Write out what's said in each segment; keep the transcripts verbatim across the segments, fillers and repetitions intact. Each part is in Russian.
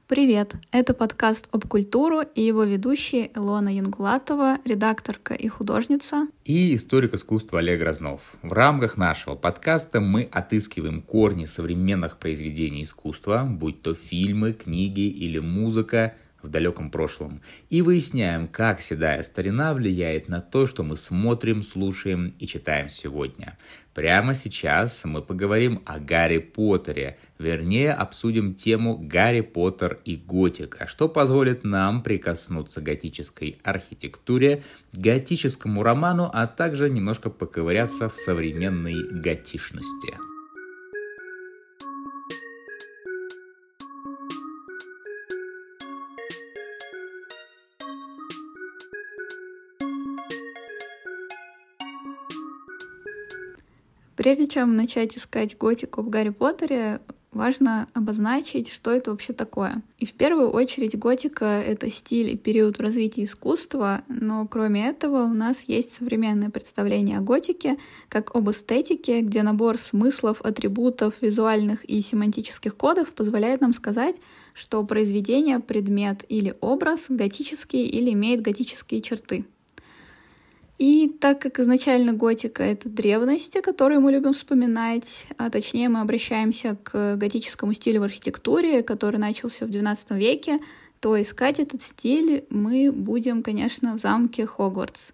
Привет! Это подкаст «Об культуру» и его ведущие Илона Янгулатова, редакторка и художница. И историк искусства Олег Грознов. В рамках нашего подкаста мы отыскиваем корни современных произведений искусства, будь то фильмы, книги или музыка в далеком прошлом, и выясняем, как седая старина влияет на то, что мы смотрим, слушаем и читаем сегодня. Прямо сейчас мы поговорим о Гарри Поттере, вернее, обсудим тему Гарри Поттер и готика, что позволит нам прикоснуться к готической архитектуре, готическому роману, а также немножко поковыряться в современной готичности. Прежде чем начать искать готику в Гарри Поттере, важно обозначить, что это вообще такое. И в первую очередь готика — это стиль и период в развитии искусства, но кроме этого у нас есть современное представление о готике как об эстетике, где набор смыслов, атрибутов, визуальных и семантических кодов позволяет нам сказать, что произведение, предмет или образ готический или имеет готические черты. И так как изначально готика — это древность, о которой мы любим вспоминать, а точнее мы обращаемся к готическому стилю в архитектуре, который начался в двенадцатом веке, то искать этот стиль мы будем, конечно, в замке Хогвартс.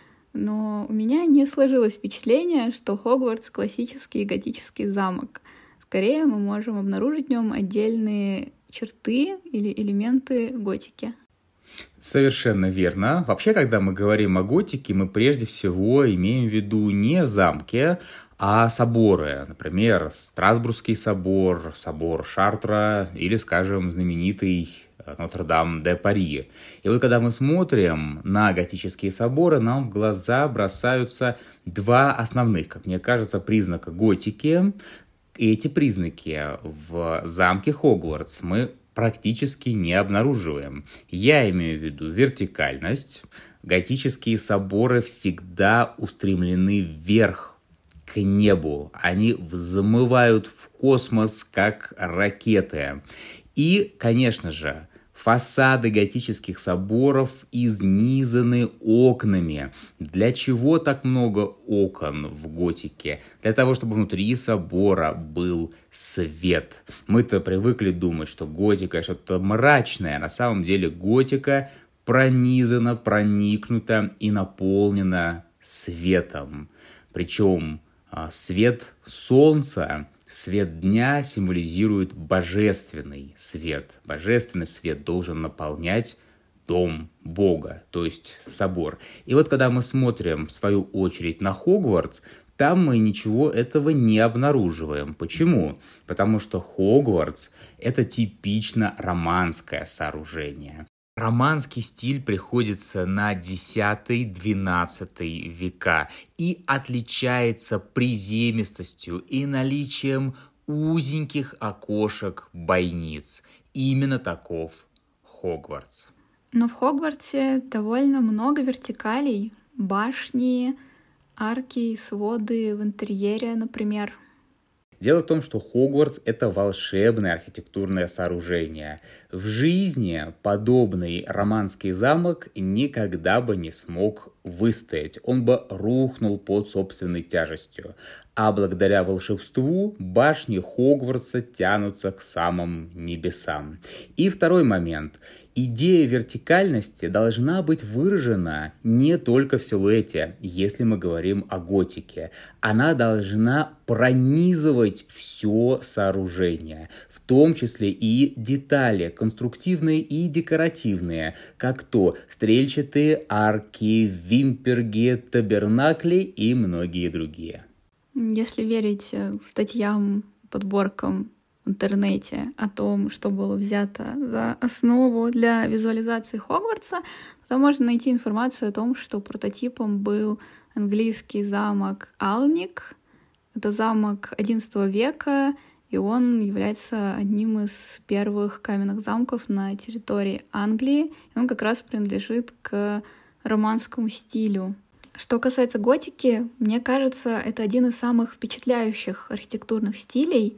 Но у меня не сложилось впечатление, что Хогвартс — классический готический замок. Скорее мы можем обнаружить в нем отдельные черты или элементы готики. Совершенно верно. Вообще, когда мы говорим о готике, мы прежде всего имеем в виду не замки, а соборы. Например, Страсбургский собор, собор Шартра или, скажем, знаменитый Нотр-Дам-де-Пари. И вот когда мы смотрим на готические соборы, нам в глаза бросаются два основных, как мне кажется, признака готики. И эти признаки в замке Хогвартс мы практически не обнаруживаем. Я имею в виду вертикальность. Готические соборы всегда устремлены вверх, к небу. Они взмывают в космос, как ракеты. И, конечно же, фасады готических соборов изнизаны окнами. Для чего так много окон в готике? Для того, чтобы внутри собора был свет. Мы-то привыкли думать, что готика — что-то мрачное. На самом деле готика пронизана, проникнута и наполнена светом. Причем свет солнца, свет дня символизирует божественный свет. Божественный свет должен наполнять дом Бога, то есть собор. И вот когда мы смотрим, в свою очередь, на Хогвартс, там мы ничего этого не обнаруживаем. Почему? Потому что Хогвартс — это типично романское сооружение. Романский стиль приходится на десятый-двенадцатый века и отличается приземистостью и наличием узеньких окошек-бойниц. Именно таков Хогвартс. Но в Хогвартсе довольно много вертикалей, башни, арки и своды в интерьере, например. Дело в том, что Хогвартс — это волшебное архитектурное сооружение. В жизни подобный романский замок никогда бы не смог выстоять. Он бы рухнул под собственной тяжестью. А благодаря волшебству башни Хогвартса тянутся к самым небесам. И второй момент. Идея вертикальности должна быть выражена не только в силуэте, если мы говорим о готике. Она должна пронизывать все сооружение, в том числе и детали, конструктивные и декоративные, как то стрельчатые арки, вимперги, табернакли и многие другие. Если верить статьям, подборкам в интернете о том, что было взято за основу для визуализации Хогвартса, то можно найти информацию о том, что прототипом был английский замок Алник. Это замок одиннадцатого века, и он является одним из первых каменных замков на территории Англии. И он как раз принадлежит к романскому стилю. Что касается готики, мне кажется, это один из самых впечатляющих архитектурных стилей.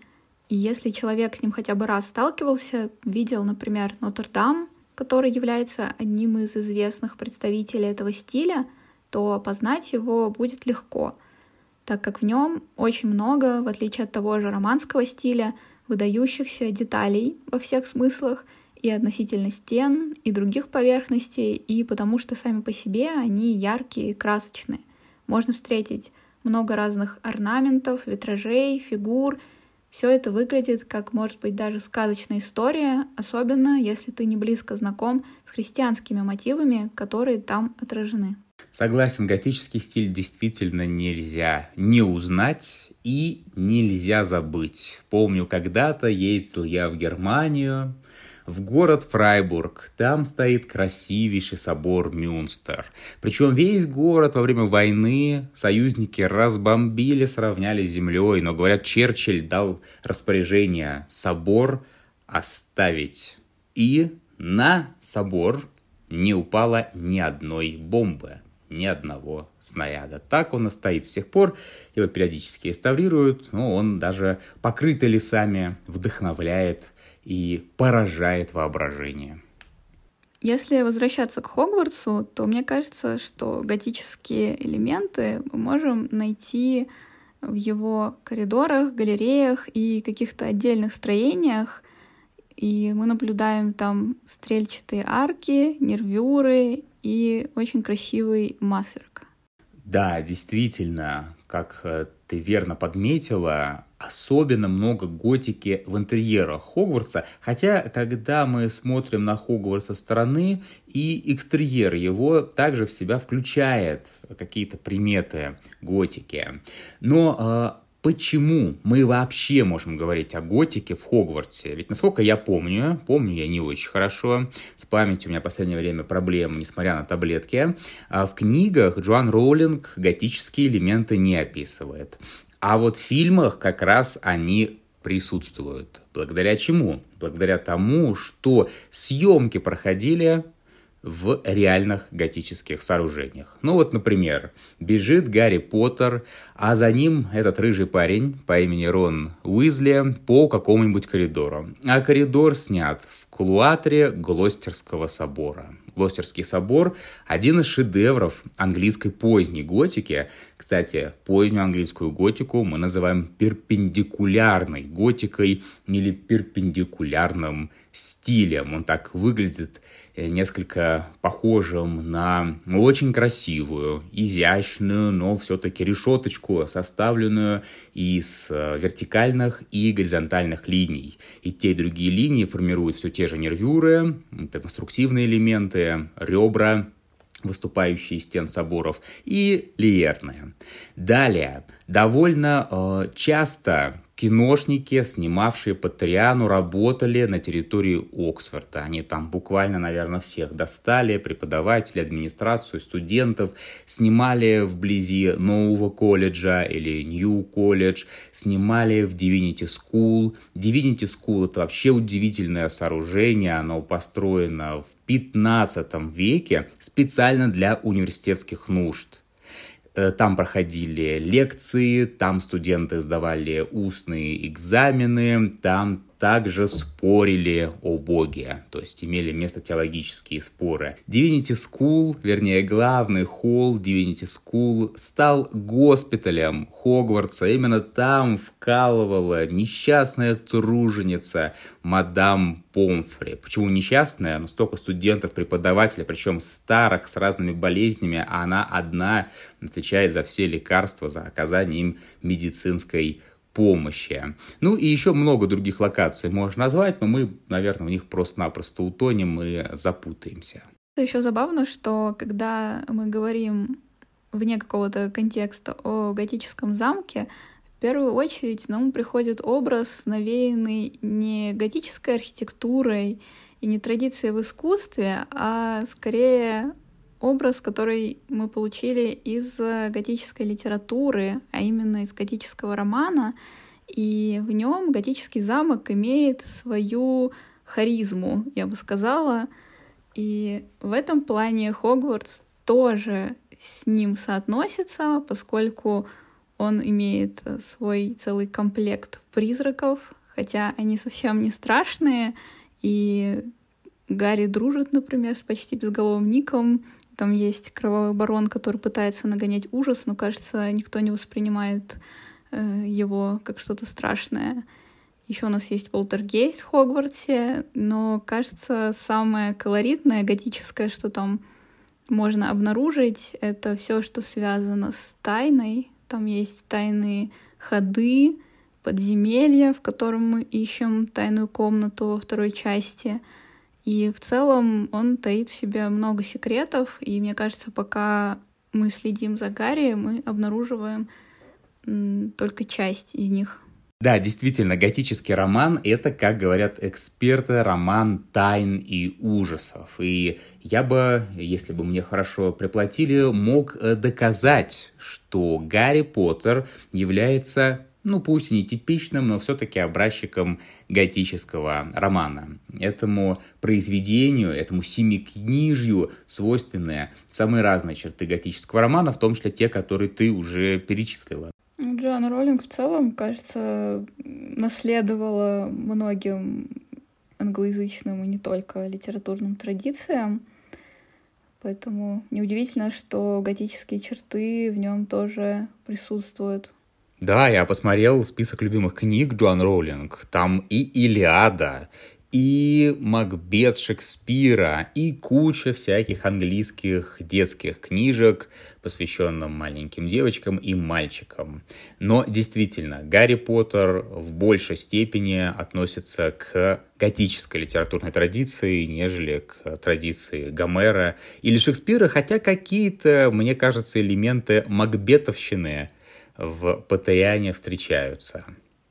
И если человек с ним хотя бы раз сталкивался, видел, например, Нотр-Дам, который является одним из известных представителей этого стиля, то опознать его будет легко, так как в нем очень много, в отличие от того же романского стиля, выдающихся деталей во всех смыслах и относительно стен, и других поверхностей, и потому что сами по себе они яркие и красочные. Можно встретить много разных орнаментов, витражей, фигур. Все это выглядит как, может быть, даже сказочная история, особенно если ты не близко знаком с христианскими мотивами, которые там отражены. Согласен, готический стиль действительно нельзя не узнать и нельзя забыть. Помню, когда-то ездил я в Германию, в город Фрайбург. Там стоит красивейший собор Мюнстер. Причем весь город во время войны союзники разбомбили, сравняли с землей. Но, говорят, Черчилль дал распоряжение собор оставить. И на собор не упало ни одной бомбы, ни одного снаряда. Так он и стоит с тех пор. Его периодически реставрируют, но он даже покрытый лесами вдохновляет и поражает воображение. Если возвращаться к Хогвартсу, то мне кажется, что готические элементы мы можем найти в его коридорах, галереях и каких-то отдельных строениях. И мы наблюдаем там стрельчатые арки, нервюры и очень красивый масверк. Да, действительно, как ты верно подметила, особенно много готики в интерьерах Хогвартса, хотя, когда мы смотрим на Хогвартс со стороны, и экстерьер его также в себя включает какие-то приметы готики. Но почему мы вообще можем говорить о готике в Хогвартсе? Ведь, насколько я помню, помню я не очень хорошо, с памятью у меня в последнее время проблемы, несмотря на таблетки, а в книгах Джоан Роулинг готические элементы не описывает. А вот в фильмах как раз они присутствуют. Благодаря чему? Благодаря тому, что съемки проходили в реальных готических сооружениях. Ну вот, например, бежит Гарри Поттер, а за ним этот рыжий парень по имени Рон Уизли по какому-нибудь коридору. А коридор снят в кулуатре Глостерского собора. Глостерский собор – один из шедевров английской поздней готики. Кстати, позднюю английскую готику мы называем перпендикулярной готикой или перпендикулярным стилем. Он так выглядит несколько похожим на очень красивую, изящную, но все-таки решеточку, составленную из вертикальных и горизонтальных линий. И те и другие линии формируют все те же нервюры, это конструктивные элементы, ребра, выступающие из стен соборов, и лиерные. Далее, довольно э, часто киношники, снимавшие по Триану, работали на территории Оксфорда. Они там буквально, наверное, всех достали, преподавателей, администрацию, студентов, снимали вблизи нового колледжа или Нью колледж, снимали в Divinity School. Divinity School — это вообще удивительное сооружение, оно построено в пятнадцатом веке специально для университетских нужд. Там проходили лекции, там студенты сдавали устные экзамены, там также спорили о Боге, то есть имели место теологические споры. Divinity School, вернее, главный холл Divinity School стал госпиталем Хогвартса. Именно там вкалывала несчастная труженица мадам Помфри. Почему несчастная? Ну, столько студентов, преподавателей, причем старых, с разными болезнями, а она одна отвечает за все лекарства, за оказание им медицинской помощи. Ну и еще много других локаций можно назвать, но мы, наверное, в них просто-напросто утонем и запутаемся. Еще забавно, что когда мы говорим вне какого-то контекста о готическом замке, в первую очередь нам приходит образ, навеянный не готической архитектурой и не традицией в искусстве, а скорее образ, который мы получили из готической литературы, а именно из готического романа, и в нем готический замок имеет свою харизму, я бы сказала, и в этом плане Хогвартс тоже с ним соотносится, поскольку он имеет свой целый комплект призраков, хотя они совсем не страшные, и Гарри дружит, например, с почти безголовым Ником. Там есть кровавый барон, который пытается нагонять ужас, но, кажется, никто не воспринимает э, его как что-то страшное. Еще у нас есть полтергейст в Хогвартсе, но, кажется, самое колоритное, готическое, что там можно обнаружить, это все, что связано с тайной. Там есть тайные ходы, подземелья, в котором мы ищем тайную комнату во второй части. И в целом он таит в себе много секретов, и мне кажется, пока мы следим за Гарри, мы обнаруживаем м, только часть из них. Да, действительно, готический роман — это, как говорят эксперты, роман тайн и ужасов. И я бы, если бы мне хорошо приплатили, мог доказать, что Гарри Поттер является, ну пусть и не типичным, но все-таки образчиком готического романа. Этому произведению, этому семикнижью свойственны самые разные черты готического романа, в том числе те, которые ты уже перечислила. Джоан Роулинг в целом, кажется, наследовала многим англоязычным и не только литературным традициям, поэтому неудивительно, что готические черты в нем тоже присутствуют. Да, я посмотрел список любимых книг Джоан Роулинг. Там и «Илиада», и «Макбет» Шекспира, и куча всяких английских детских книжек, посвященных маленьким девочкам и мальчикам. Но действительно, Гарри Поттер в большей степени относится к готической литературной традиции, нежели к традиции Гомера или Шекспира, хотя какие-то, мне кажется, элементы макбетовщины в Поттериане встречаются.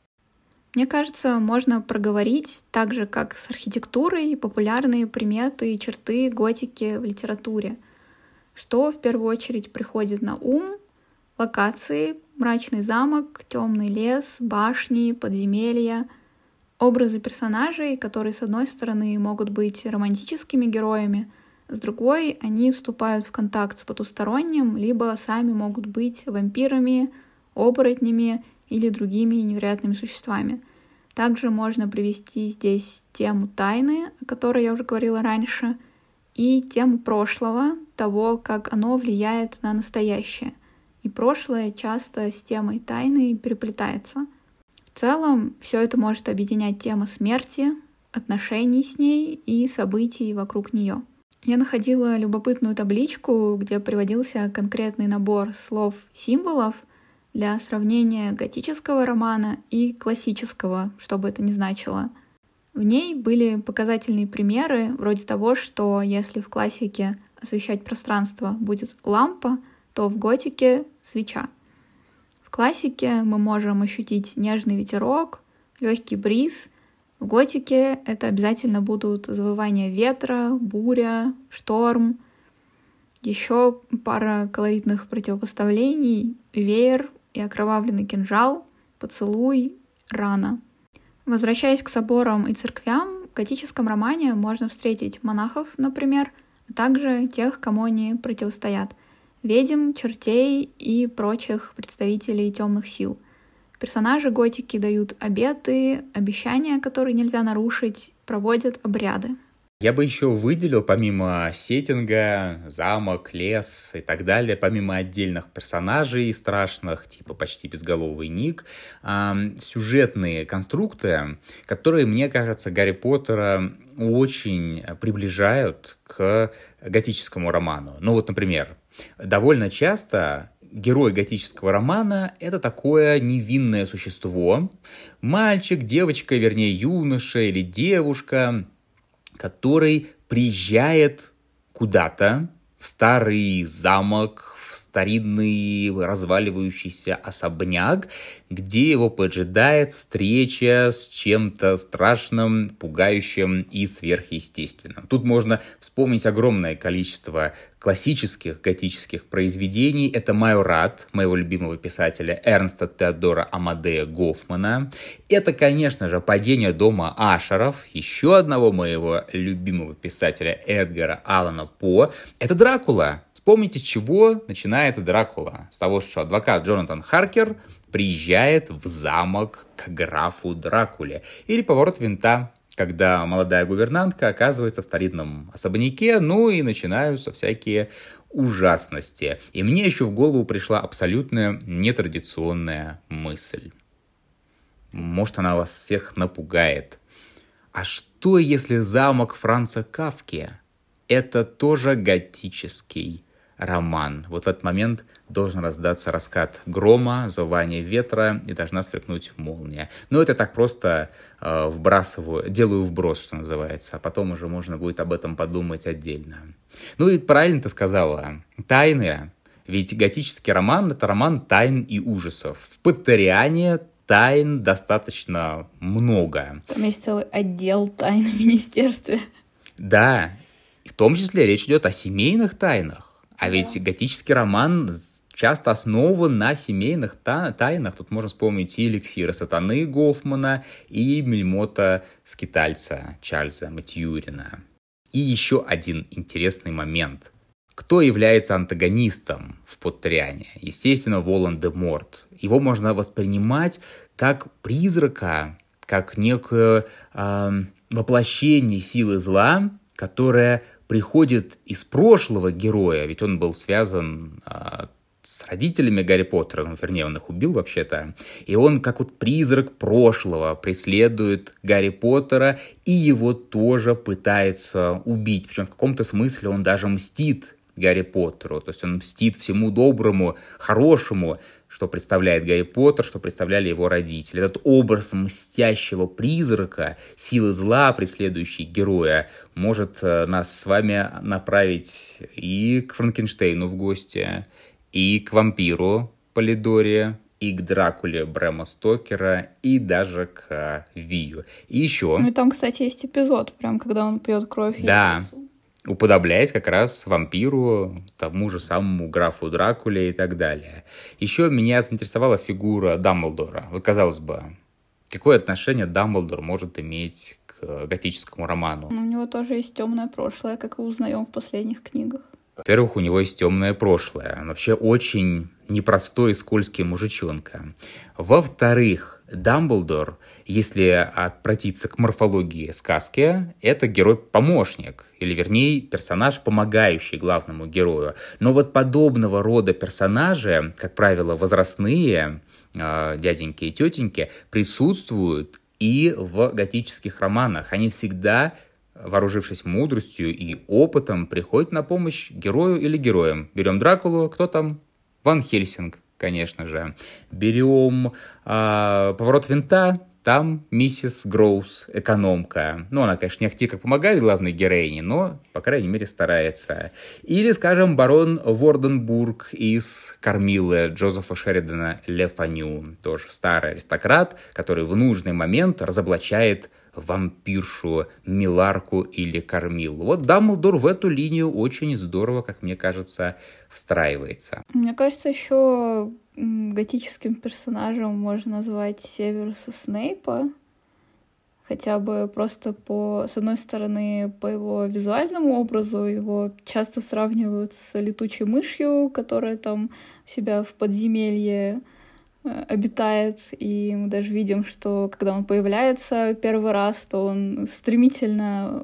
Мне кажется, можно проговорить так же, как с архитектурой, популярные приметы и черты готики в литературе. Что в первую очередь приходит на ум? Локации, мрачный замок, темный лес, башни, подземелья, образы персонажей, которые, с одной стороны, могут быть романтическими героями, с другой, они вступают в контакт с потусторонним, либо сами могут быть вампирами, оборотнями или другими невероятными существами. Также можно привести здесь тему тайны, о которой я уже говорила раньше, и тему прошлого, того, как оно влияет на настоящее. И прошлое часто с темой тайны переплетается. В целом, все это может объединять тема смерти, отношений с ней и событий вокруг нее. Я находила любопытную табличку, где приводился конкретный набор слов-символов для сравнения готического романа и классического, что бы это ни значило. В ней были показательные примеры, вроде того, что если в классике освещать пространство будет лампа, то в готике — свеча. В классике мы можем ощутить нежный ветерок, легкий бриз. В готике это обязательно будут завывания ветра, буря, шторм. Еще пара колоритных противопоставлений — веер и окровавленный кинжал, поцелуй, рана. Возвращаясь к соборам и церквям, в готическом романе можно встретить монахов, например, а также тех, кому они противостоят — ведьм, чертей и прочих представителей темных сил. Персонажи готики дают обеты, обещания, которые нельзя нарушить, проводят обряды. Я бы еще выделил, помимо сеттинга, замок, лес и так далее, помимо отдельных персонажей страшных, типа почти безголовый Ник, э, сюжетные конструкты, которые, мне кажется, Гарри Поттера очень приближают к готическому роману. Ну вот, например, довольно часто герой готического романа — это такое невинное существо, мальчик, девочка, вернее, юноша или девушка, который приезжает куда-то в старый замок, в старинный разваливающийся особняк, где его поджидает встреча с чем-то страшным, пугающим и сверхъестественным. Тут можно вспомнить огромное количество классических готических произведений. Это «Майорат» моего любимого писателя Эрнста Теодора Амадея Гофмана. Это, конечно же, «Падение дома Ашеров» еще одного моего любимого писателя Эдгара Аллана По. Это «Дракула» с Вспомните, с чего начинается Дракула. С того, что адвокат Джонатан Харкер приезжает в замок к графу Дракуле. Или поворот винта, когда молодая гувернантка оказывается в старинном особняке, ну и начинаются всякие ужасности. И мне еще в голову пришла абсолютно нетрадиционная мысль. Может, она вас всех напугает. А что, если замок Франца Кафки – это тоже готический роман? Вот в этот момент должен раздаться раскат грома, завывание ветра и должна сверкнуть молния. Но это так просто э, вбрасываю, делаю вброс, что называется, а потом уже можно будет об этом подумать отдельно. Ну и правильно ты сказала, тайны, ведь готический роман – это роман тайн и ужасов. В Поттериане тайн достаточно много. Там есть целый отдел тайн в министерстве. Да, в том числе речь идет о семейных тайнах. А да. Ведь готический роман часто основан на семейных та- тайнах. Тут можно вспомнить и «Эликсира сатаны» Гофмана, и «Мельмота Скитальца» Чарльза Матьюрина. И еще один интересный момент. Кто является антагонистом в Поттериане? Естественно, Волан-де-Морт. Его можно воспринимать как призрака, как некое э, воплощение силы зла, которое приходит из прошлого героя, ведь он был связан э, с родителями Гарри Поттера, ну, вернее, он их убил вообще-то, и он, как вот призрак прошлого, преследует Гарри Поттера и его тоже пытается убить, причем в каком-то смысле он даже мстит Гарри Поттеру, то есть он мстит всему доброму, хорошему, что представляет Гарри Поттер, что представляли его родители. Этот образ мстящего призрака, силы зла, преследующей героя, может нас с вами направить и к Франкенштейну в гости, и к вампиру Полидоре, и к Дракуле Брэма Стокера, и даже к Вию. И еще... Ну и там, кстати, есть эпизод, прям когда он пьет кровь. Да, уподобляясь как раз вампиру, тому же самому графу Дракуле и так далее. Еще меня заинтересовала фигура Дамблдора. Вот, казалось бы, какое отношение Дамблдор может иметь к готическому роману? У него тоже есть темное прошлое, как мы узнаем в последних книгах. Во-первых, у него есть темное прошлое. Он вообще очень непростой и скользкий мужичонка. Во-вторых, Дамблдор, если обратиться к морфологии сказки, это герой-помощник, или вернее персонаж, помогающий главному герою. Но вот подобного рода персонажи, как правило, возрастные, э, дяденьки и тетеньки, присутствуют и в готических романах. Они всегда, вооружившись мудростью и опытом, приходят на помощь герою или героям. Берем Дракулу, кто там? Ван Хельсинг, конечно же. Берем а, поворот винта, там миссис Гроус, экономка. Ну, она, конечно, не ахти как помогает главной героине, но, по крайней мере, старается. Или, скажем, барон Ворденбург из «Кормилы» Джозефа Шеридана Le Fanu. Тоже старый аристократ, который в нужный момент разоблачает вампиршу Миларку или Кормилу. Вот Дамблдор в эту линию очень здорово, как мне кажется, встраивается. Мне кажется, еще готическим персонажем можно назвать Северуса Снейпа. Хотя бы просто по, с одной стороны, по его визуальному образу, его часто сравнивают с летучей мышью, которая там у себя в подземелье обитает, и мы даже видим, что когда он появляется первый раз, то он стремительно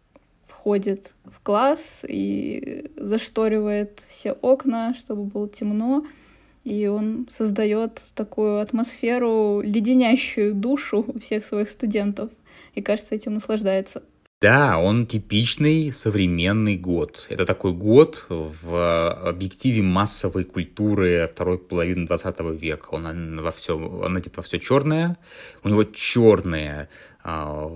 входит в класс и зашторивает все окна, чтобы было темно, и он создает такую атмосферу, леденящую душу у всех своих студентов, и, кажется, этим наслаждается. Да, он типичный современный гот. Это такой гот в объективе массовой культуры второй половины двадцатого века. Он во все, он одет во все черное, у него черные э,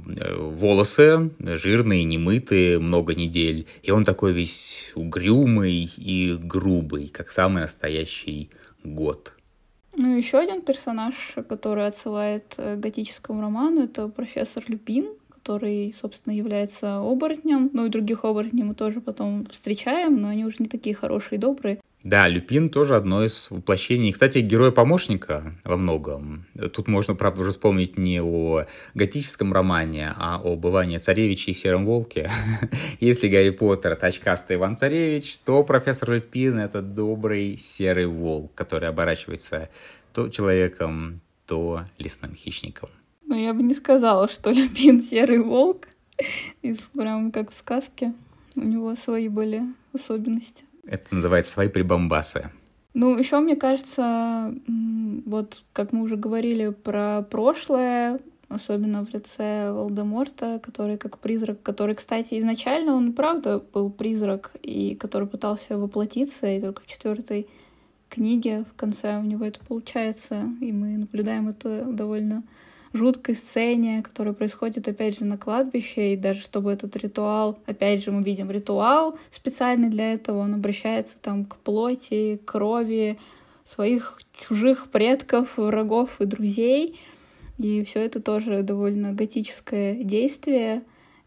волосы, жирные, немытые, много недель. И он такой весь угрюмый и грубый, как самый настоящий гот. Ну, еще один персонаж, который отсылает к готическому роману, это профессор Люпин, который, собственно, является оборотнем. Ну и других оборотней мы тоже потом встречаем, но они уже не такие хорошие и добрые. Да, Люпин тоже одно из воплощений, кстати, героя-помощника во многом. Тут можно, правда, уже вспомнить не о готическом романе, а об Иване Царевиче и Сером Волке. Если Гарри Поттер — это очкастый Иван Царевич, то профессор Люпин — это добрый Серый Волк, который оборачивается то человеком, то лесным хищником. Ну, я бы не сказала, что Люпин Серый Волк. Из, прям как в сказке. У него свои были особенности. Это называется «Свои прибамбасы». Ну, еще, мне кажется, вот как мы уже говорили про прошлое, особенно в лице Волдеморта, который как призрак, который, кстати, изначально он, правда, был призрак, и который пытался воплотиться, и только в четвертой книге в конце у него это получается, и мы наблюдаем это довольно жуткой сцене, которая происходит, опять же, на кладбище, и даже чтобы этот ритуал, опять же, мы видим ритуал специальный для этого, он обращается там к плоти, к крови своих чужих предков, врагов и друзей, и все это тоже довольно готическое действие,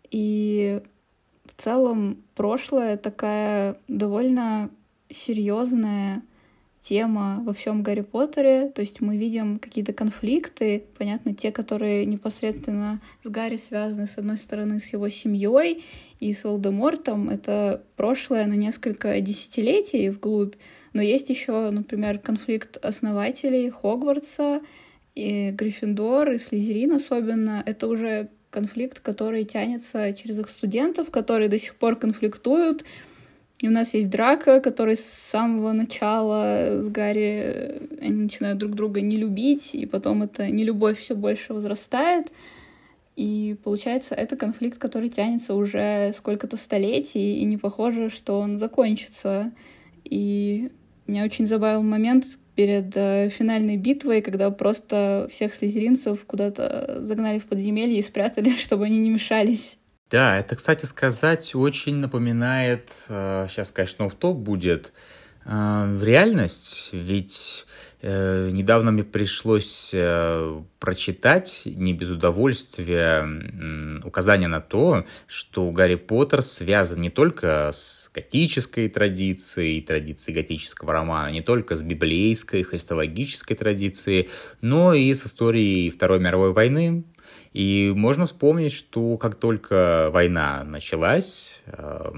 и в целом прошлое такая довольно серьезная тема во всем Гарри Поттере, то есть мы видим какие-то конфликты, понятно, те, которые непосредственно с Гарри связаны, с одной стороны, с его семьей и с Волдемортом, это прошлое на несколько десятилетий вглубь, но есть еще, например, конфликт основателей Хогвартса, и Гриффиндор, и Слизерин особенно, это уже конфликт, который тянется через их студентов, которые до сих пор конфликтуют. И у нас есть Драко, который с самого начала с Гарри они начинают друг друга не любить, и потом эта нелюбовь все больше возрастает. И получается, это конфликт, который тянется уже сколько-то столетий, и не похоже, что он закончится. И меня очень забавил момент перед финальной битвой, когда просто всех слизеринцев куда-то загнали в подземелье и спрятали, чтобы они не мешались. Да, это, кстати сказать, очень напоминает, сейчас, конечно, офф-топ будет, реальность, ведь э, недавно мне пришлось э, прочитать, не без удовольствия, э, указание на то, что Гарри Поттер связан не только с готической традицией, традицией готического романа, не только с библейской, христологической традицией, но и с историей Второй мировой войны. И можно вспомнить, что как только война началась, э,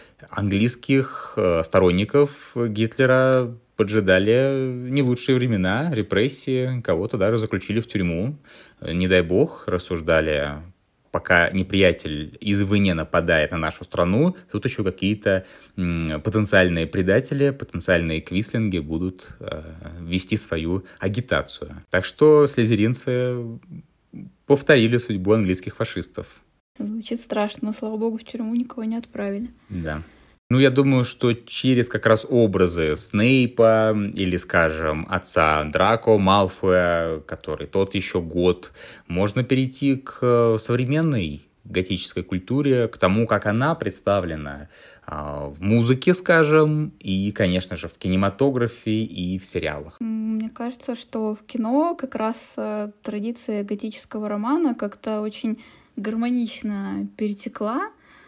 английских сторонников Гитлера поджидали не лучшие времена, репрессии, кого-то даже заключили в тюрьму. Не дай бог, рассуждали, пока неприятель извне нападает на нашу страну, тут еще какие-то потенциальные предатели, потенциальные квислинги будут вести свою агитацию. Так что слизеринцы повторили судьбу английских фашистов. Звучит страшно, но, слава богу, в тюрьму никого не отправили. Да. Ну, я думаю, что через как раз образы Снейпа или, скажем, отца Драко Малфоя, который тот еще год, можно перейти к современной готической культуре, к тому, как она представлена в музыке, скажем, и, конечно же, в кинематографе и в сериалах. Мне кажется, что в кино как раз традиция готического романа как-то очень гармонично перетекла,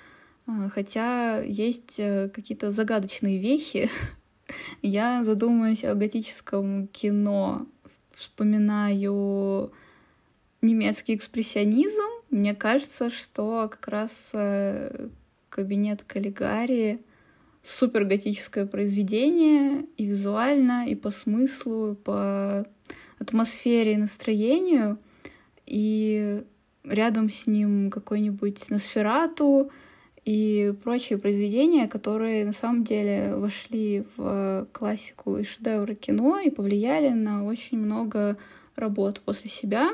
хотя есть какие-то загадочные вещи. Я задумываюсь о готическом кино, вспоминаю немецкий экспрессионизм. Мне кажется, что как раз «Кабинет Каллигари» супер готическое произведение и визуально, и по смыслу, и по атмосфере и настроению. И рядом с ним какой-нибудь «Носферату» и прочие произведения, которые на самом деле вошли в классику и шедевры кино и повлияли на очень много работ после себя.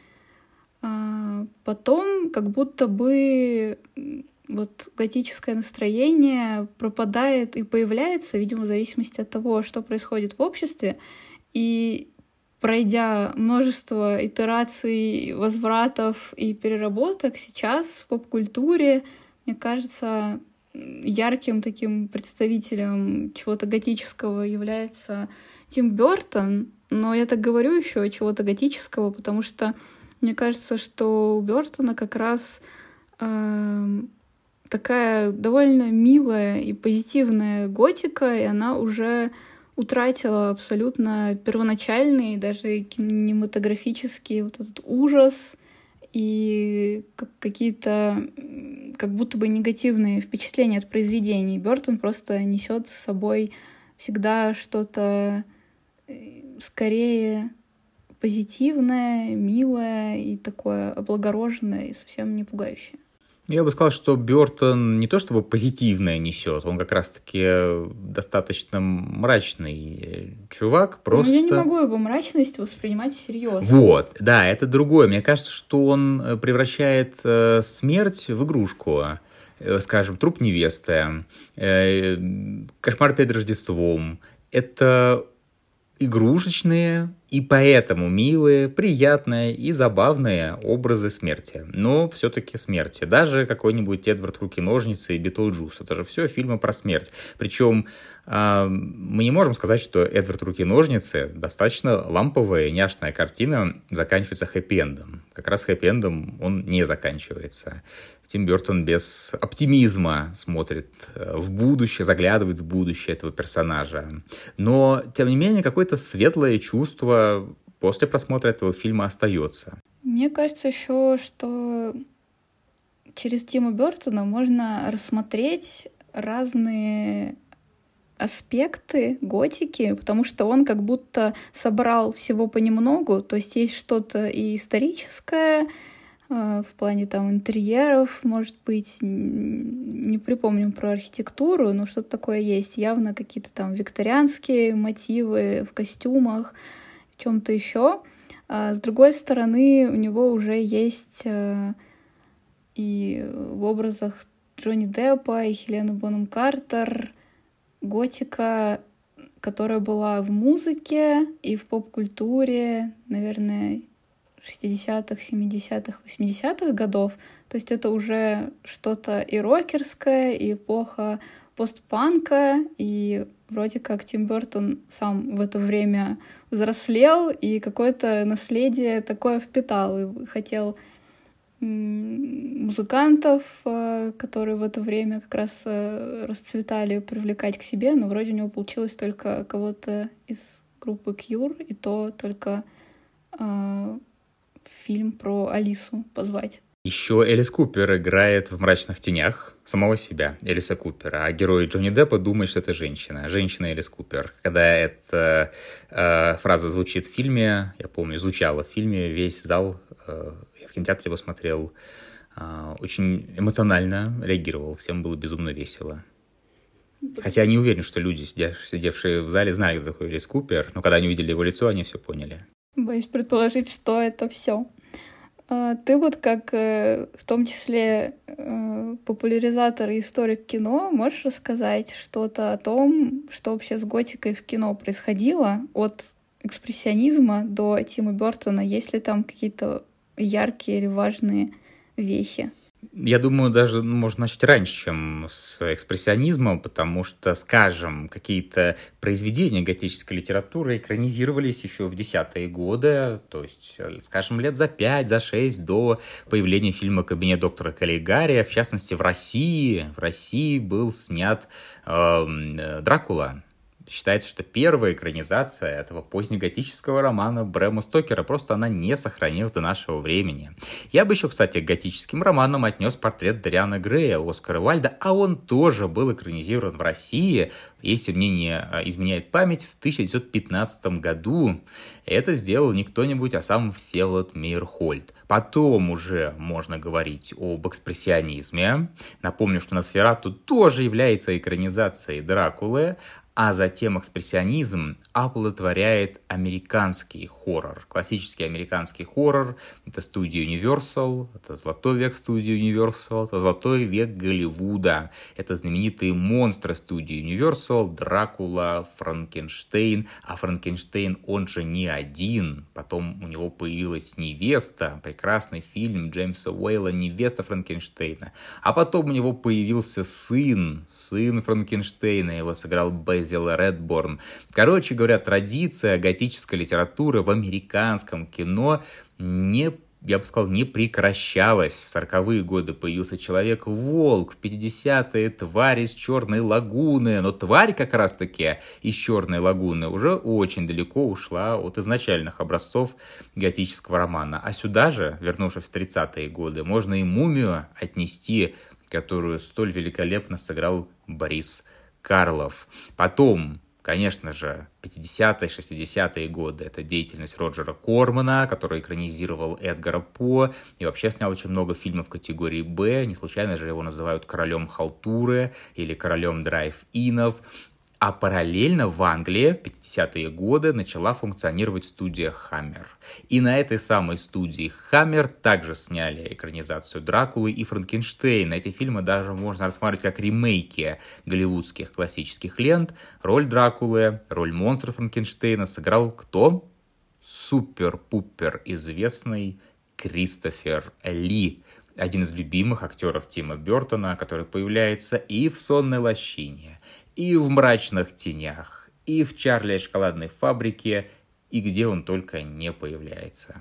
Потом как будто бы вот готическое настроение пропадает и появляется, видимо, в зависимости от того, что происходит в обществе. И пройдя множество итераций, возвратов и переработок, сейчас в поп-культуре, мне кажется, ярким таким представителем чего-то готического является Тим Бёртон. Но я так говорю еще чего-то готического, потому что мне кажется, что у Бёртона как раз э, такая довольно милая и позитивная готика, и она уже утратила абсолютно первоначальный, даже кинематографический вот этот ужас и какие-то как будто бы негативные впечатления от произведений. Бёртон просто несет с собой всегда что-то скорее позитивное, милое и такое облагороженное и совсем не пугающее. Я бы сказал, что Бёртон не то чтобы позитивное несет, он как раз-таки достаточно мрачный чувак. Просто... Но я не могу его мрачность воспринимать всерьез. Вот, да, это другое. Мне кажется, что он превращает э, смерть в игрушку. Э, скажем, труп невесты, э, кошмар перед Рождеством. Это игрушечные и поэтому милые, приятные и забавные образы смерти. Но все-таки смерти. Даже какой-нибудь Эдвард Руки-ножницы и Битлджус. Это же все фильмы про смерть. Причем э, мы не можем сказать, что Эдвард Руки-ножницы достаточно ламповая, няшная картина заканчивается хэппи-эндом. Как раз хэппи-эндом он не заканчивается. Тим Бёртон без оптимизма смотрит в будущее, заглядывает в будущее этого персонажа. Но, тем не менее, какое-то светлое чувство после просмотра этого фильма остается. Мне кажется еще, что через Тима Бёртона можно рассмотреть разные аспекты готики, потому что он как будто собрал всего понемногу, то есть есть что-то и историческое, в плане там интерьеров, может быть, не припомню про архитектуру, но что-то такое есть. Явно какие-то там викторианские мотивы в костюмах, в чем-то еще. А с другой стороны, у него уже есть и в образах Джонни Деппа, и Хелены Бонем Картер готика, которая была в музыке и в поп-культуре, наверное, шестидесятых, семидесятых, восьмидесятых годов. То есть это уже что-то и рокерское, и эпоха постпанка, и вроде как Тим Бёртон сам в это время взрослел и какое-то наследие такое впитал, и хотел музыкантов, которые в это время как раз расцветали, привлекать к себе, но вроде у него получилось только кого-то из группы Cure, и то только фильм про Алису позвать. Еще Элис Купер играет в «Мрачных тенях» самого себя, Элиса Купера, а герой Джонни Деппа думает, что это женщина. Женщина Элис Купер. Когда эта э, фраза звучит в фильме, я помню, звучала в фильме, весь зал, э, я в кинотеатре его смотрел, э, очень эмоционально реагировал, всем было безумно весело. Хотя я не уверен, что люди, сидевшие в зале, знали, кто такой Элис Купер, но когда они увидели его лицо, они все поняли. Боюсь предположить, что это все. Ты вот как, в том числе, популяризатор и историк кино, можешь рассказать что-то о том, что вообще с готикой в кино происходило от экспрессионизма до Тима Бёртона? Есть ли там какие-то яркие или важные вехи? Я думаю, даже ну, можно начать раньше, чем с экспрессионизма, потому что, скажем, какие-то произведения готической литературы экранизировались еще в десятые годы, то есть, скажем, лет за пять, за шесть до появления фильма «Кабинет доктора Каллигари». В частности, в России, в России был снят э, «Дракула». Считается, что первая экранизация этого позднеготического романа Брэма Стокера, просто она не сохранилась до нашего времени. Я бы еще, кстати, к готическим романам отнес портрет Дориана Грея Оскара Уайльда, а он тоже был экранизирован в России, если мне не изменяет память, в тысяча девятьсот пятнадцатом году. Это сделал не кто-нибудь, а сам Всеволод Мейерхольд. Потом уже можно говорить об экспрессионизме. Напомню, что «Носферату» тоже является экранизацией Дракулы, а затем экспрессионизм оплодотворяет американский хоррор. Классический американский хоррор — это студия Universal, это золотой век студии Universal, это золотой век Голливуда. Это знаменитые монстры студии Universal, Дракула, Франкенштейн. А Франкенштейн, он же не один. Потом у него появилась невеста, прекрасный фильм Джеймса Уэйла «Невеста Франкенштейна». А потом у него появился сын, сын Франкенштейна, его сыграл Бэзил Редборн. Короче говоря, традиция готической литературы в американском кино не я бы сказал, не прекращалась. В сороковые годы появился Человек-волк, в пятидесятые тварь из Черной лагуны. Но тварь как раз-таки из Черной лагуны уже очень далеко ушла от изначальных образцов готического романа. А сюда же, вернувшись в тридцатые годы, можно и «Мумию» отнести, которую столь великолепно сыграл Борис Карлов. Потом, конечно же, пятидесятые, шестидесятые годы — это деятельность Роджера Кормана, который экранизировал Эдгара По и вообще снял очень много фильмов категории «Б». Не случайно же его называют королем халтуры или королем драйв-инов. А параллельно в Англии в пятидесятые годы начала функционировать студия Hammer. И на этой самой студии Hammer также сняли экранизацию Дракулы и Франкенштейна. Эти фильмы даже можно рассматривать как ремейки голливудских классических лент. Роль Дракулы, роль монстра Франкенштейна сыграл кто? Супер-пупер известный Кристофер Ли. Один из любимых актеров Тима Бертона, который появляется и в «Сонной лощине», и в «Мрачных тенях», и в «Чарли и шоколадной фабрике», и где он только не появляется.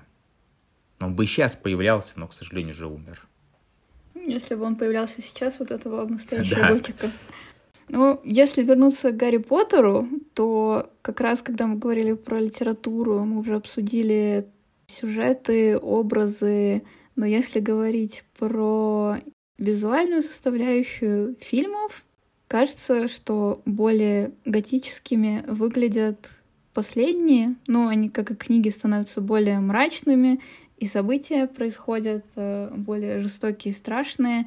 Он бы сейчас появлялся, но, к сожалению, уже умер. Если бы он появлялся сейчас, вот это была бы настоящая Да. готика. Ну, если вернуться к Гарри Поттеру, то как раз, когда мы говорили про литературу, мы уже обсудили сюжеты, образы. Но если говорить про визуальную составляющую фильмов, кажется, что более готическими выглядят последние. Ну, они, как и книги, становятся более мрачными, и события происходят более жестокие и страшные.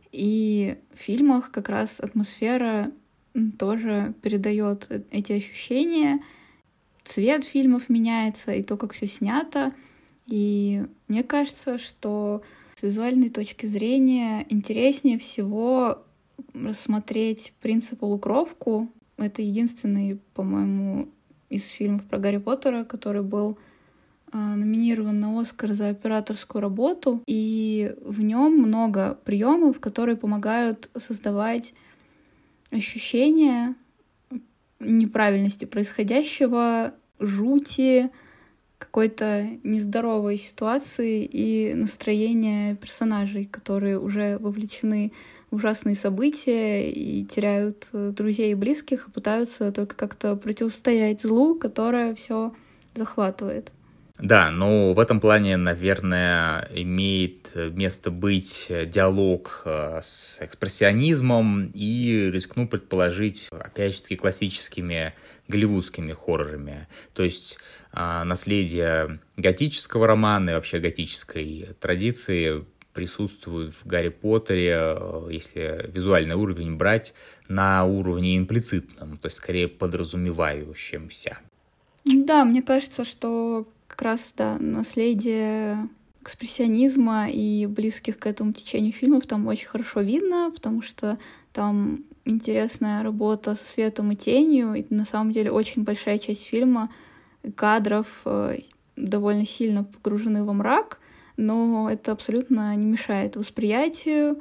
И в фильмах как раз атмосфера тоже передает эти ощущения. Цвет фильмов меняется, и то, как все снято. И мне кажется, что с визуальной точки зрения интереснее всего рассмотреть «Принц и полукровку». Это единственный, по-моему, из фильмов про Гарри Поттера, который был э, номинирован на «Оскар» за операторскую работу. И в нем много приемов, которые помогают создавать ощущение неправильности происходящего, жути, какой-то нездоровой ситуации и настроения персонажей, которые уже вовлечены в ужасные события и теряют друзей и близких, и пытаются только как-то противостоять злу, которое все захватывает. Да, но в этом плане, наверное, имеет место быть диалог с экспрессионизмом, и рискну предположить, опять же таки, классическими голливудскими хоррорами. То есть наследие готического романа и вообще готической традиции присутствует в Гарри Поттере, если визуальный уровень брать, на уровне имплицитном, то есть скорее подразумевающемся. Да, мне кажется, что как раз, да, наследие экспрессионизма и близких к этому течению фильмов там очень хорошо видно, потому что там интересная работа со светом и тенью, и на самом деле очень большая часть фильма, кадров довольно сильно погружены во мрак, но это абсолютно не мешает восприятию,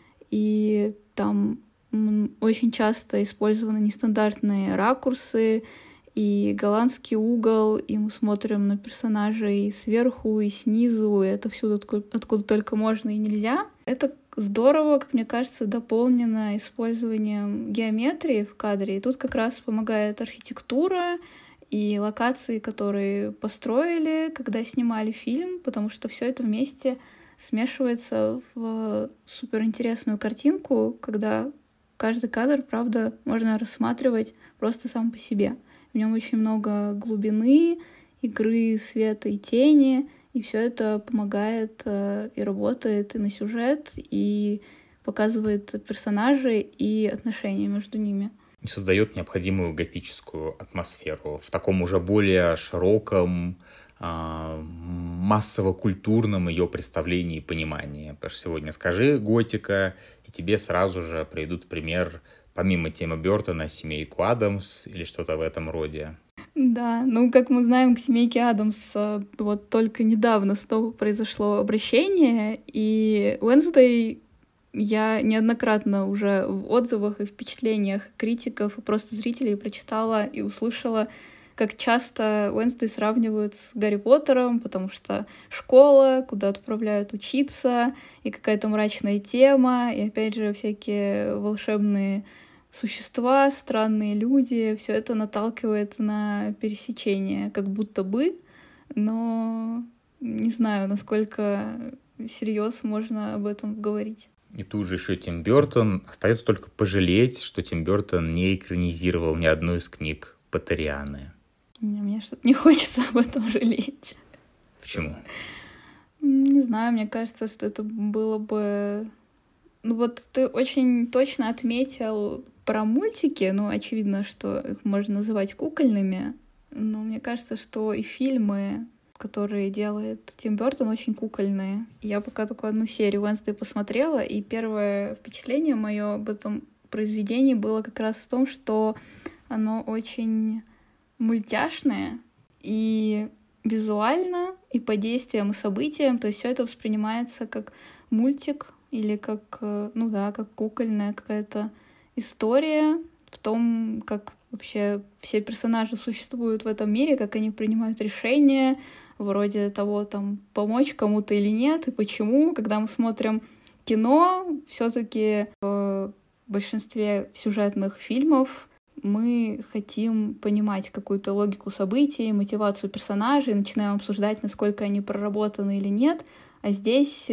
и там очень часто использованы нестандартные ракурсы, и голландский угол, и мы смотрим на персонажей сверху и снизу, и это всюду, откуда, откуда только можно и нельзя. Это здорово, как мне кажется, дополнено использованием геометрии в кадре, и тут как раз помогает архитектура и локации, которые построили, когда снимали фильм, потому что все это вместе смешивается в суперинтересную картинку, когда каждый кадр, правда, можно рассматривать просто сам по себе. В нем очень много глубины, игры света и тени, и все это помогает э, и работает и на сюжет, и показывает персонажей и отношения между ними. И создает необходимую готическую атмосферу в таком уже более широком, э, массово-культурном ее представлении и понимании. Потому что сегодня скажи «готика», и тебе сразу же придут в пример, помимо Тима Бертона, «Семейку Адамс» или что-то в этом роде. Да, ну, как мы знаем, к «Семейке Адамс» вот только недавно снова произошло обращение, и Уэнсдей я неоднократно уже в отзывах и впечатлениях критиков и просто зрителей прочитала и услышала как часто Уэнсдей сравнивают с Гарри Поттером, потому что школа, куда отправляют учиться, и какая-то мрачная тема, и опять же всякие волшебные существа, странные люди, все это наталкивает на пересечение, как будто бы, но не знаю, насколько всерьез можно об этом говорить. И тут же еще Тим Бёртон. Остается только пожалеть, что Тим Бёртон не экранизировал ни одну из книг Поттерианы. Мне что-то не хочется об этом жалеть. Почему? Не знаю, мне кажется, что это было бы... Ну вот ты очень точно отметил про мультики, ну, очевидно, что их можно называть кукольными, но мне кажется, что и фильмы, которые делает Тим Бёртон, очень кукольные. Я пока только одну серию Уэнсдей посмотрела, и первое впечатление мое об этом произведении было как раз в том, что оно очень мультяшное и визуально, и по действиям, и событиям. То есть все это воспринимается как мультик или как, ну да, как кукольная какая-то история в том, как вообще все персонажи существуют в этом мире, как они принимают решения, вроде того, там, помочь кому-то или нет, и почему. Когда мы смотрим кино, все-таки в большинстве сюжетных фильмов мы хотим понимать какую-то логику событий, мотивацию персонажей, начинаем обсуждать, насколько они проработаны или нет. А здесь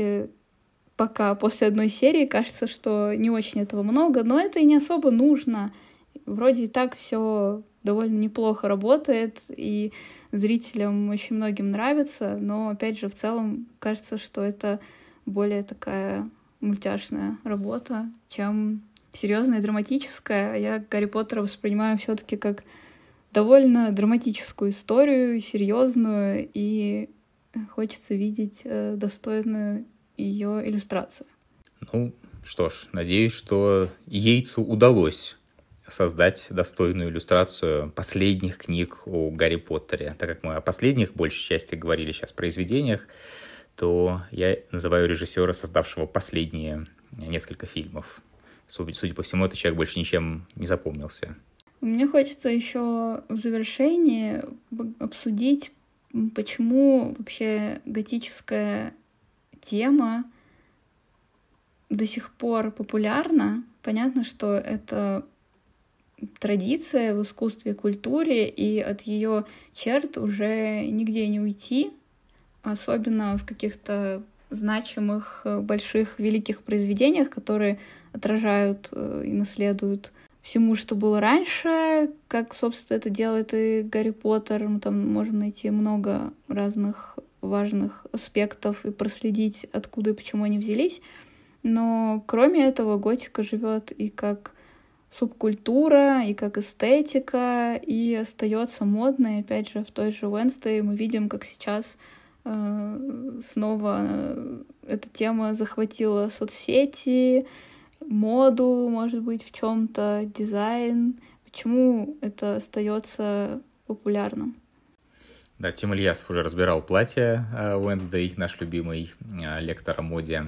пока после одной серии кажется, что не очень этого много, но это и не особо нужно. Вроде и так все довольно неплохо работает, и зрителям очень многим нравится, но, опять же, в целом кажется, что это более такая мультяшная работа, чем серьезная и драматическая. Я Гарри Поттера воспринимаю все-таки как довольно драматическую историю, серьезную, и хочется видеть э, достойную ее иллюстрацию. Ну, что ж, надеюсь, что Йейтсу удалось создать достойную иллюстрацию последних книг о Гарри Поттере. Так как мы о последних, большей части, говорили сейчас произведениях, то я называю режиссера, создавшего последние несколько фильмов. Судя по всему, этот человек больше ничем не запомнился. Мне хочется еще в завершении обсудить, почему вообще готическая тема до сих пор популярна. Понятно, что это традиция в искусстве и культуре, и от ее черт уже нигде не уйти, особенно в каких-то значимых, больших, великих произведениях, которые отражают и наследуют всему, что было раньше, как, собственно, это делает и Гарри Поттер. Мы там можем найти много разных важных аспектов и проследить, откуда и почему они взялись. Но кроме этого, готика живет и как субкультура, и как эстетика, и остается модной. Опять же, в той же Уэнсдей мы видим, как сейчас э, снова э, эта тема захватила соцсети, моду, может быть, в чем-то, дизайн. Почему это остается популярным? Да, Тим Ильясов уже разбирал платье Уэнсдей, наш любимый лектор о моде.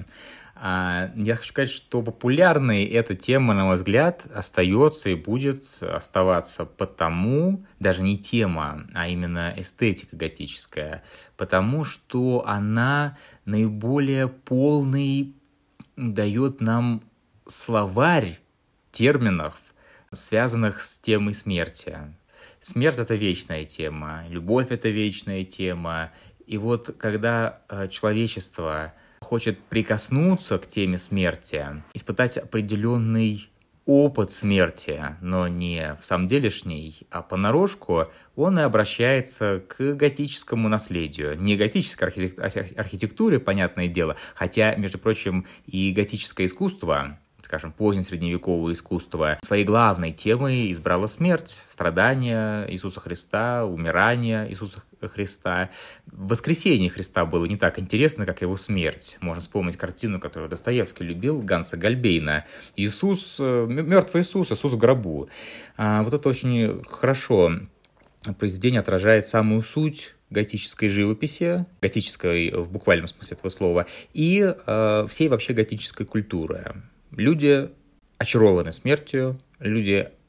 Я хочу сказать, что популярной эта тема, на мой взгляд, остается и будет оставаться потому, даже не тема, а именно эстетика готическая, потому что она наиболее полный дает нам словарь терминов, связанных с темой смерти. Смерть — это вечная тема, любовь — это вечная тема. И вот когда человечество хочет прикоснуться к теме смерти, испытать определенный опыт смерти, но не в самом делешней, а понарошку, он и обращается к готическому наследию. Не готической архитектуре, понятное дело, хотя, между прочим, и готическое искусство, скажем, позднесредневековое искусство, своей главной темой избрало смерть, страдания Иисуса Христа, умирание Иисуса Христа. Воскресение Христа было не так интересно, как его смерть. Можно вспомнить картину, которую Достоевский любил, Ганса Гальбейна. Иисус, мертвый Иисус, Иисус в гробу. Вот это очень хорошо произведение отражает самую суть готической живописи, готической в буквальном смысле этого слова, и э, всей вообще готической культуры. Люди очарованы смертью, люди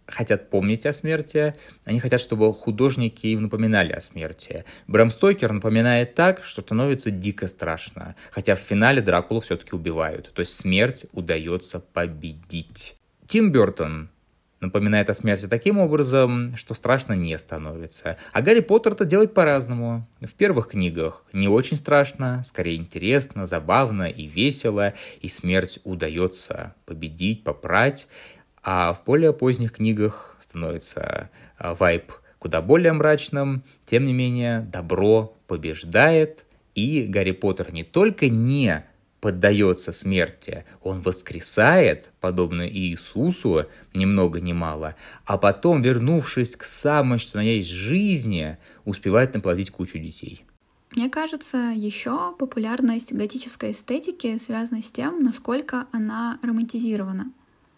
хотят помнить о смерти, они хотят, чтобы художники им напоминали о смерти. Брэм Стокер напоминает так, что становится дико страшно, хотя в финале Дракулу все-таки убивают, то есть смерть удается победить. Тим Бёртон напоминает о смерти таким образом, что страшно не становится. А Гарри Поттер-то делает по-разному. В первых книгах не очень страшно, скорее интересно, забавно и весело, и смерть удается победить, попрать. А в более поздних книгах становится вайб куда более мрачным. Тем не менее, добро побеждает, и Гарри Поттер не только не поддается смерти, он воскресает, подобно Иисусу, ни много ни мало, а потом, вернувшись к самой, что на есть жизни, успевает наплодить кучу детей. Мне кажется, еще популярность готической эстетики связана с тем, насколько она романтизирована.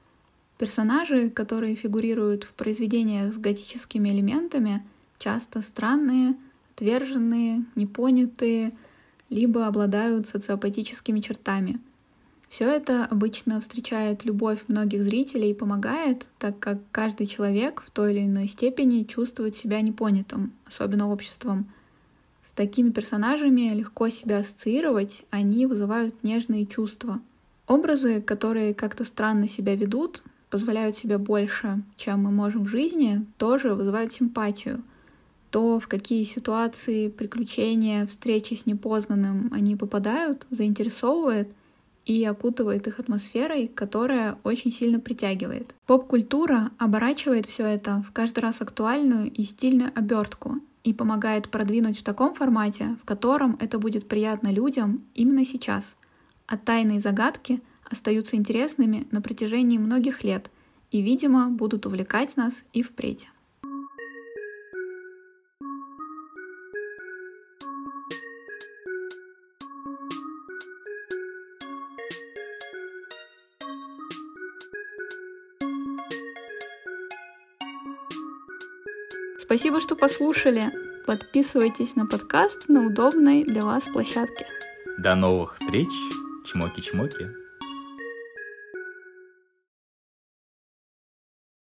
Персонажи, которые фигурируют в произведениях с готическими элементами, часто странные, отверженные, непонятые, либо обладают социопатическими чертами. Все это обычно встречает любовь многих зрителей и помогает, так как каждый человек в той или иной степени чувствует себя непонятым, особенно обществом. С такими персонажами легко себя ассоциировать, они вызывают нежные чувства. Образы, которые как-то странно себя ведут, позволяют себе больше, чем мы можем в жизни, тоже вызывают симпатию. То, в какие ситуации, приключения, встречи с непознанным они попадают, заинтересовывает и окутывает их атмосферой, которая очень сильно притягивает. Поп-культура оборачивает все это в каждый раз актуальную и стильную обертку и помогает продвинуть в таком формате, в котором это будет приятно людям именно сейчас. А тайны и загадки остаются интересными на протяжении многих лет и, видимо, будут увлекать нас и впредь. Спасибо, что послушали. Подписывайтесь на подкаст на удобной для вас площадке. До новых встреч. Чмоки-чмоки.